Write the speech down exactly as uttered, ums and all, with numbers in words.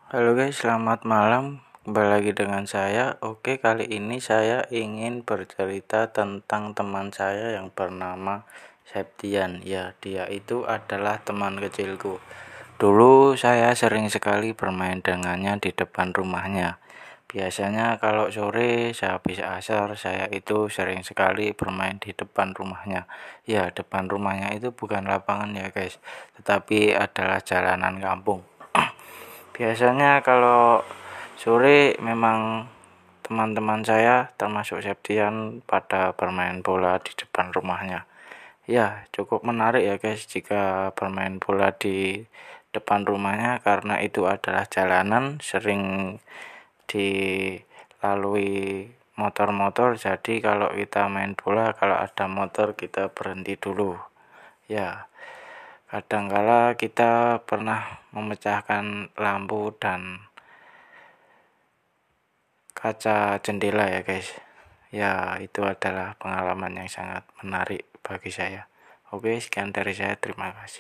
Halo guys, selamat malam. Kembali lagi dengan saya. Oke, kali ini saya ingin bercerita tentang teman saya yang bernama Septian. Ya, dia itu adalah teman kecilku. Dulu saya sering sekali bermain dengannya di depan rumahnya. Biasanya kalau sore saya habis asar, saya itu sering sekali bermain di depan rumahnya. Ya, depan rumahnya itu bukan lapangan ya guys, tetapi adalah jalanan kampung. Biasanya kalau sore memang teman-teman saya termasuk Septian pada bermain bola di depan rumahnya. Ya, cukup menarik ya guys jika bermain bola di depan rumahnya karena itu adalah jalanan sering dilalui motor-motor. Jadi kalau kita main bola, kalau ada motor kita berhenti dulu. Ya, kadangkala kita pernah memecahkan lampu dan kaca jendela ya guys. Ya, itu adalah pengalaman yang sangat menarik bagi saya. Oke, sekian dari saya, terima kasih.